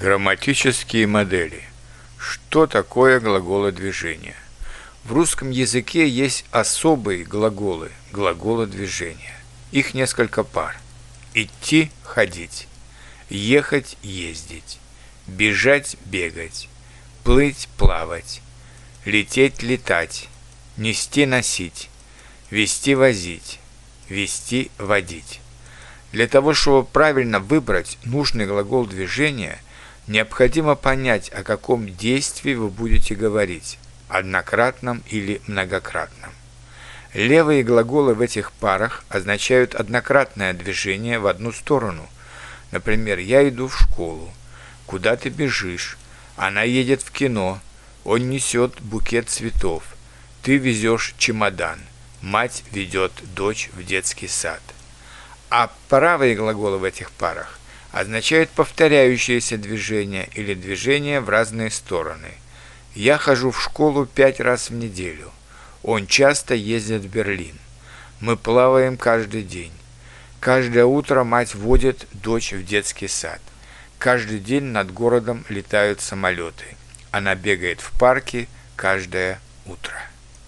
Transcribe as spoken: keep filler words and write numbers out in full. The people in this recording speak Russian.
Грамматические модели. Что такое глаголодвижение? В русском языке есть особые глаголы, глаголодвижения. Их несколько пар. Идти – ходить, ехать – ездить, бежать – бегать, плыть – плавать, лететь – летать, нести – носить, вести – возить, вести – водить. Для того, чтобы правильно выбрать нужный глагол движения, необходимо понять, о каком действии вы будете говорить – однократном или многократном. Левые глаголы в этих парах означают однократное движение в одну сторону. Например, «Я иду в школу», «Куда ты бежишь?», «Она едет в кино», «Он несет букет цветов», «Ты везешь чемодан», «Мать ведет дочь в детский сад». А правые глаголы в этих парах означают повторяющиеся движения или движения в разные стороны. «Я хожу в школу пять раз в неделю». «Он часто ездит в Берлин». «Мы плаваем каждый день». «Каждое утро мать водит дочь в детский сад». «Каждый день над городом летают самолеты». «Она бегает в парке каждое утро».